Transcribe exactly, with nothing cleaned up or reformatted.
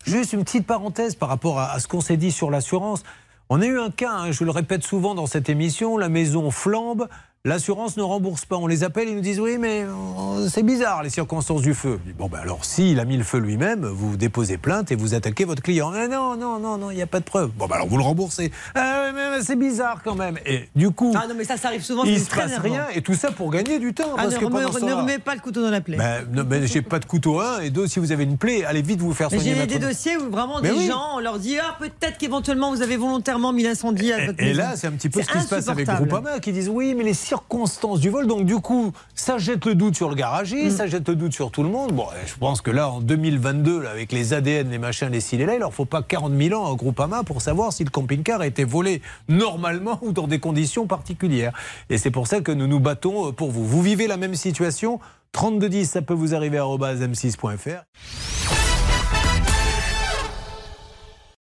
Juste une petite parenthèse par rapport à, à ce qu'on s'est dit sur l'assurance. On a eu un cas, hein, je le répète souvent dans cette émission, la maison flambe. L'assurance ne rembourse pas. On les appelle, ils nous disent oui, mais euh, c'est bizarre les circonstances du feu. Bon, ben alors, s'il a mis le feu lui-même, vous déposez plainte et vous attaquez votre client. Mais non, non, non, non, il n'y a pas de preuve. Bon, ben alors vous le remboursez. Ah, mais, mais c'est bizarre quand même. Et du coup, ah non, mais ça, ça arrive souvent. Il ne se passe rien et tout ça pour gagner du temps. Ah, parce ne, que remets, pendant ne remets pas le couteau dans la plaie. Ben, non, mais j'ai pas de couteau un et deux. Si vous avez une plaie, allez vite vous faire mais soigner. J'ai des dossiers où vraiment mais des oui. gens, on leur dit ah peut-être qu'éventuellement vous avez volontairement mis l'incendie à votre et, maison. Et là, c'est un petit peu ce qui se passe avec Groupama, qui disent oui, mais les circonstances du vol. Donc du coup, ça jette le doute sur le garagiste, mm. ça jette le doute sur tout le monde. Bon, je pense que là, en deux mille vingt-deux, là, avec les A D N, les machins, les ci, les là, il leur faut pas quarante mille ans à Groupama pour savoir si le camping-car a été volé normalement ou dans des conditions particulières. Et c'est pour ça que nous nous battons pour vous. Vous vivez la même situation ? trente-deux dix, ça peut vous arriver à arobase m six point f r.